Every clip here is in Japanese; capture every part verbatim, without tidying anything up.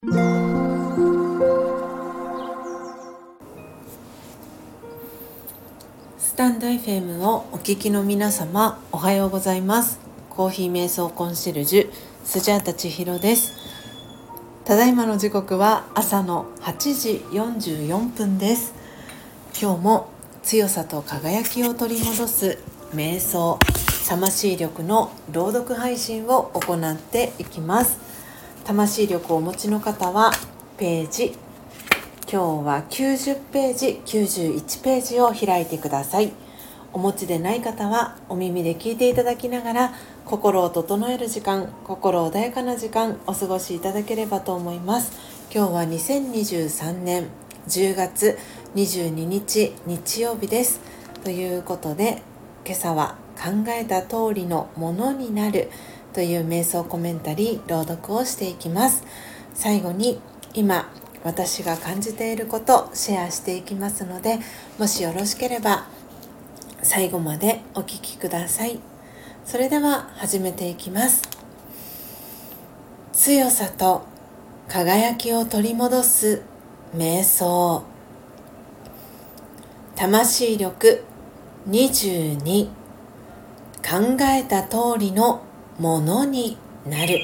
スタンド エフエム をお聞きの皆様、おはようございます。コーヒー瞑想コンシェルジュスジャータ千尋です。ただいまの時刻は朝のはちじよんじゅうよんぷんです。今日も強さと輝きを取り戻す瞑想魂力の朗読配信を行っていきます。魂力をお持ちの方はページ、今日はきゅうじゅうページ、きゅうじゅういちページを開いてください。お持ちでない方はお耳で聞いていただきながら、心を整える時間、心穏やかな時間お過ごしいただければと思います。今日はにせんにじゅうさんねんじゅうがつにじゅうににち日曜日です。ということで、今朝は考えた通りのものになるという瞑想コメンタリー朗読をしていきます。最後に今私が感じていることシェアしていきますので、もしよろしければ最後までお聞きください。それでは始めていきます。強さと輝きを取り戻す瞑想。魂力にじゅうに、考えた通りのものになる。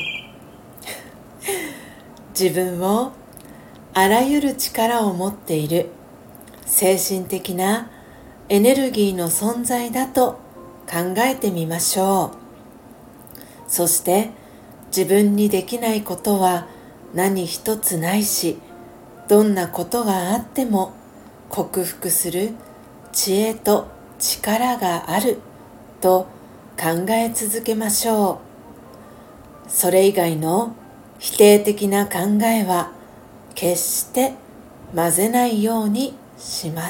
自分をあらゆる力を持っている精神的なエネルギーの存在だと考えてみましょう。そして自分にできないことは何一つないし、どんなことがあっても克服する知恵と力があると考え続けましょう。それ以外の否定的な考えは決して混ぜないようにします。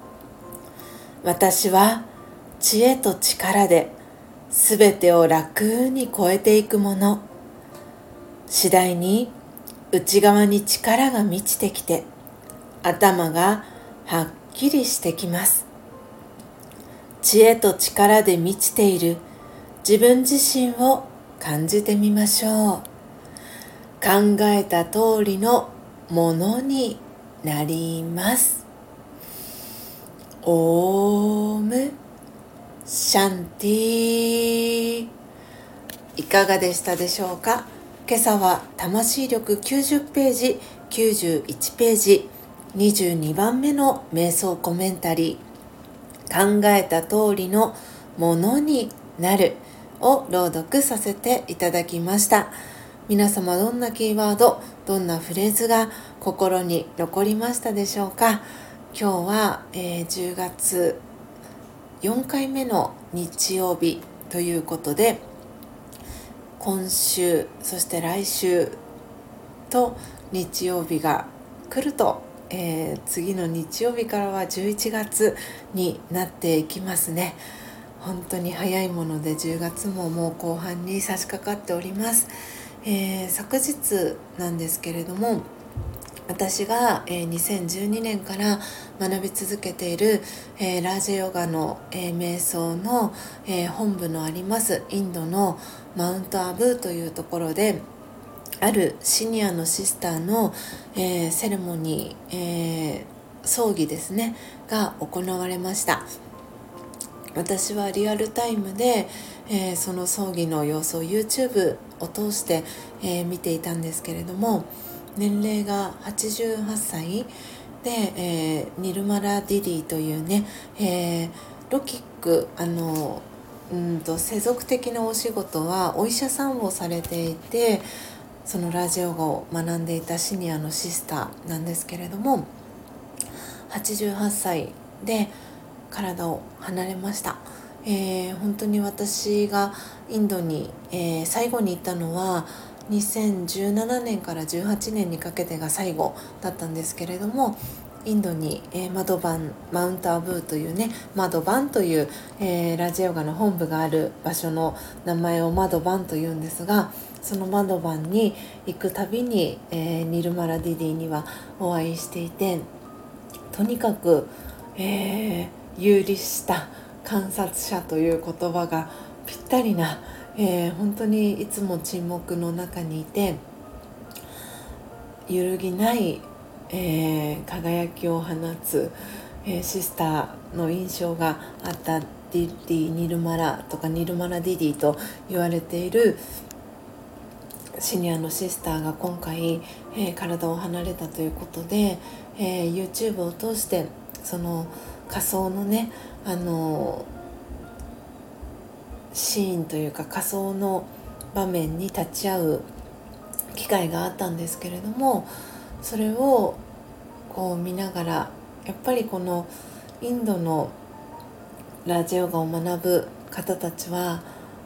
私は知恵と力で全てを楽に超えていくもの。次第に内側に力が満ちてきて、頭がはっきりしてきます。知恵と力で満ちている自分自身を感じてみましょう。考えた通りのものになります。オームシャンティ。いかがでしたでしょうか。今朝は魂力きゅうじゅうページ、きゅうじゅういちページ、にじゅうにばんめの瞑想コメンタリー、考えた通りのものになるを朗読させていただきました。皆様、どんなキーワード、どんなフレーズが心に残りましたでしょうか。今日は、えー、じゅうがつよんかいめの日曜日ということで、今週そして来週と日曜日が来ると、えー、次の日曜日からはじゅういちがつになっていきますね。本当に早いものでじゅうがつももう後半に差し掛かっております。えー、昨日なんですけれども、私が、えー、にせんじゅうにねんから学び続けている、えー、ラージェヨガの、えー、瞑想の、えー、本部のありますインドのマウントアブーというところで、あるシニアのシスターの、えー、セレモニー、えー、葬儀ですねが行われました。私はリアルタイムで、えー、その葬儀の様子を YouTube を通して、えー、見ていたんですけれども、年齢がはちじゅうはっさいで、えー、ニルマラ・ディリーというね、えー、ロキック、あのうんと世俗的なお仕事はお医者さんをされていて、そのラージヨガを学んでいたシニアのシスターなんですけれども、はちじゅうはっさいで体を離れました。えー、本当に私がインドに、えー、最後に行ったのはにせんじゅうななねんからじゅうはちねんにかけてが最後だったんですけれども、インドに、えー、マドバンマウントアブーというね、マドバンという、えー、ラージヨガの本部がある場所の名前をマドバンというんですが、そのマドバンに行くたびに、えー、ニルマラ・ディディにはお会いしていて、とにかく、えー、有利した観察者という言葉がぴったりな、えー、本当にいつも沈黙の中にいて、 揺るぎない、えー、輝きを放つ、えー、シスターの印象があったディディ・ニルマラとかニルマラ・ディディと言われているシニアのシスターが今回、えー、体を離れたということで、えー、YouTube を通してその仮想のね、あのー、シーンというか仮想の場面に立ち会う機会があったんですけれども、それをこう見ながらやっぱりこのインドのラージャヨガを学ぶ方たちは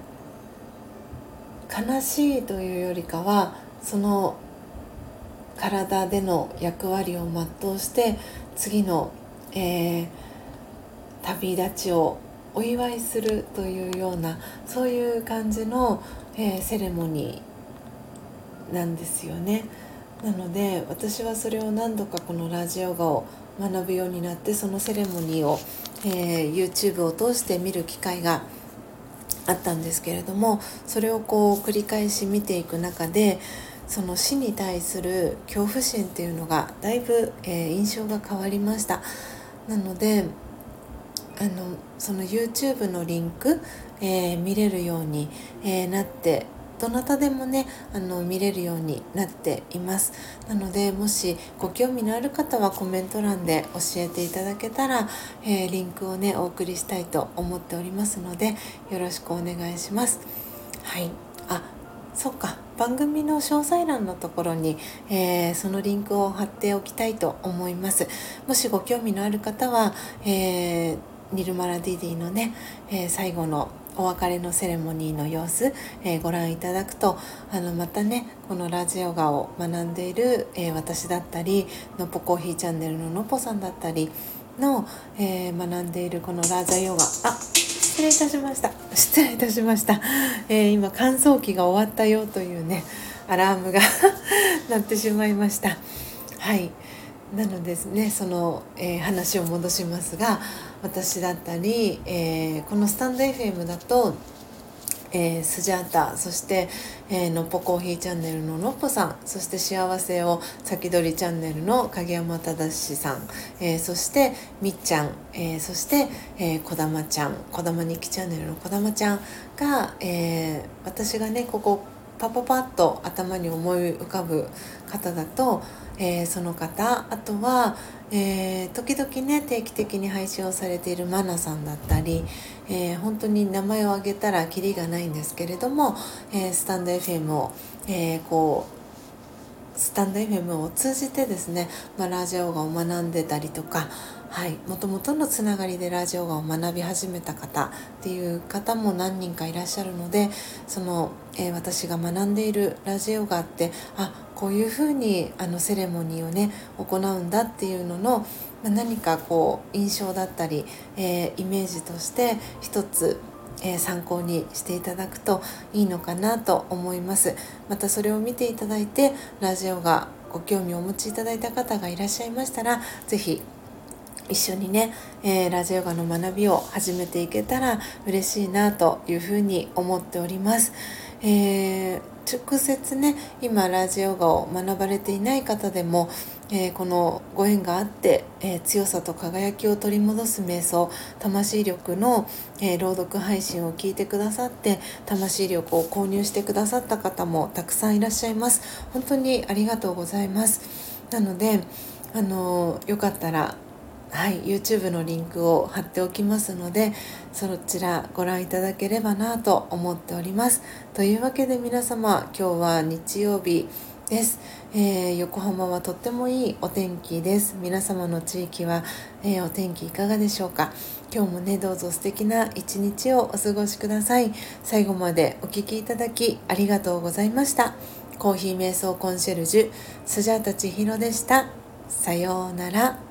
悲しいというよりかはその体での役割を全うして次の、えー、旅立ちをお祝いするというようなそういう感じの、えー、セレモニーなんですよね。なので私はそれを何度かこのラージヨガを学ぶようになってそのセレモニーを、えー、YouTube を通して見る機会があったんですけれども、それをこう繰り返し見ていく中でその死に対する恐怖心っていうのがだいぶ、えー、印象が変わりました。なのであのその YouTube のリンク、えー、見れるように、えー、なってどなたでもねあの見れるようになっています。なのでもしご興味のある方はコメント欄で教えていただけたら、えー、リンクをねお送りしたいと思っておりますのでよろしくお願いします。はい、あ、そっか、番組の詳細欄のところに、えー、そのリンクを貼っておきたいと思います。もしご興味のある方は、えー、ニルマラ・ディディのね、えー、最後のお別れのセレモニーの様子、えー、ご覧いただくとあのまたねこのラージヨガを学んでいる、えー、私だったりのっぽコーヒーチャンネルののっぽさんだったりの、えー、学んでいるこのラージャヨガ、あ、失礼いたしました失礼いたしました、えー、今乾燥機が終わったよというねアラームが鳴ってしまいました。はい、なのですねその、えー、話を戻しますが、私だったり、えー、このスタンド エフエム だと、えー、スジャータ、そして、えー、のっぽコーヒーチャンネルののっぽさん、そして幸せを先取りチャンネルの影山忠さん、えー、そしてみっちゃん、えー、そして、えー、こだまちゃん、こだま日記チャンネルのこだまちゃんが、えー、私がねここパパパッと頭に思い浮かぶ方だと、えー、その方、あとは、えー、時々ね定期的に配信をされているマナさんだったり、えー、本当に名前を挙げたらキリがないんですけれども、えー、スタンド エフエム を、えー、こうスタンド エフエム を通じてですね、まあ、ラージヨガを学んでたりとか、はい、もともとのつながりでラージヨガを学び始めた方っていう方も何人かいらっしゃるので、その、えー、私が学んでいるラージヨガってあこういうふうにあのセレモニーをね行うんだっていうのの、まあ、何かこう印象だったり、えー、イメージとして一つえー、参考にしていただくといいのかなと思います。またそれを見ていただいてラジオがご興味をお持ちいただいた方がいらっしゃいましたら、ぜひ一緒にね、えー、ラジオガの学びを始めていけたら嬉しいなというふうに思っております。えー、直接ね今ラジオガを学ばれていない方でも、えー、このご縁があって、えー、強さと輝きを取り戻す瞑想魂力の、えー、朗読配信を聞いてくださって魂力を購入してくださった方もたくさんいらっしゃいます。本当にありがとうございます。なのであのよかったらはい、YouTube のリンクを貼っておきますのでそちらご覧いただければなと思っております。というわけで皆様今日は日曜日です、えー、横浜はとってもいいお天気です。皆様の地域は、えー、お天気いかがでしょうか。今日もねどうぞ素敵な一日をお過ごしください。最後までお聞きいただきありがとうございました。コーヒー瞑想コンシェルジュスジャータ千尋でした。さようなら。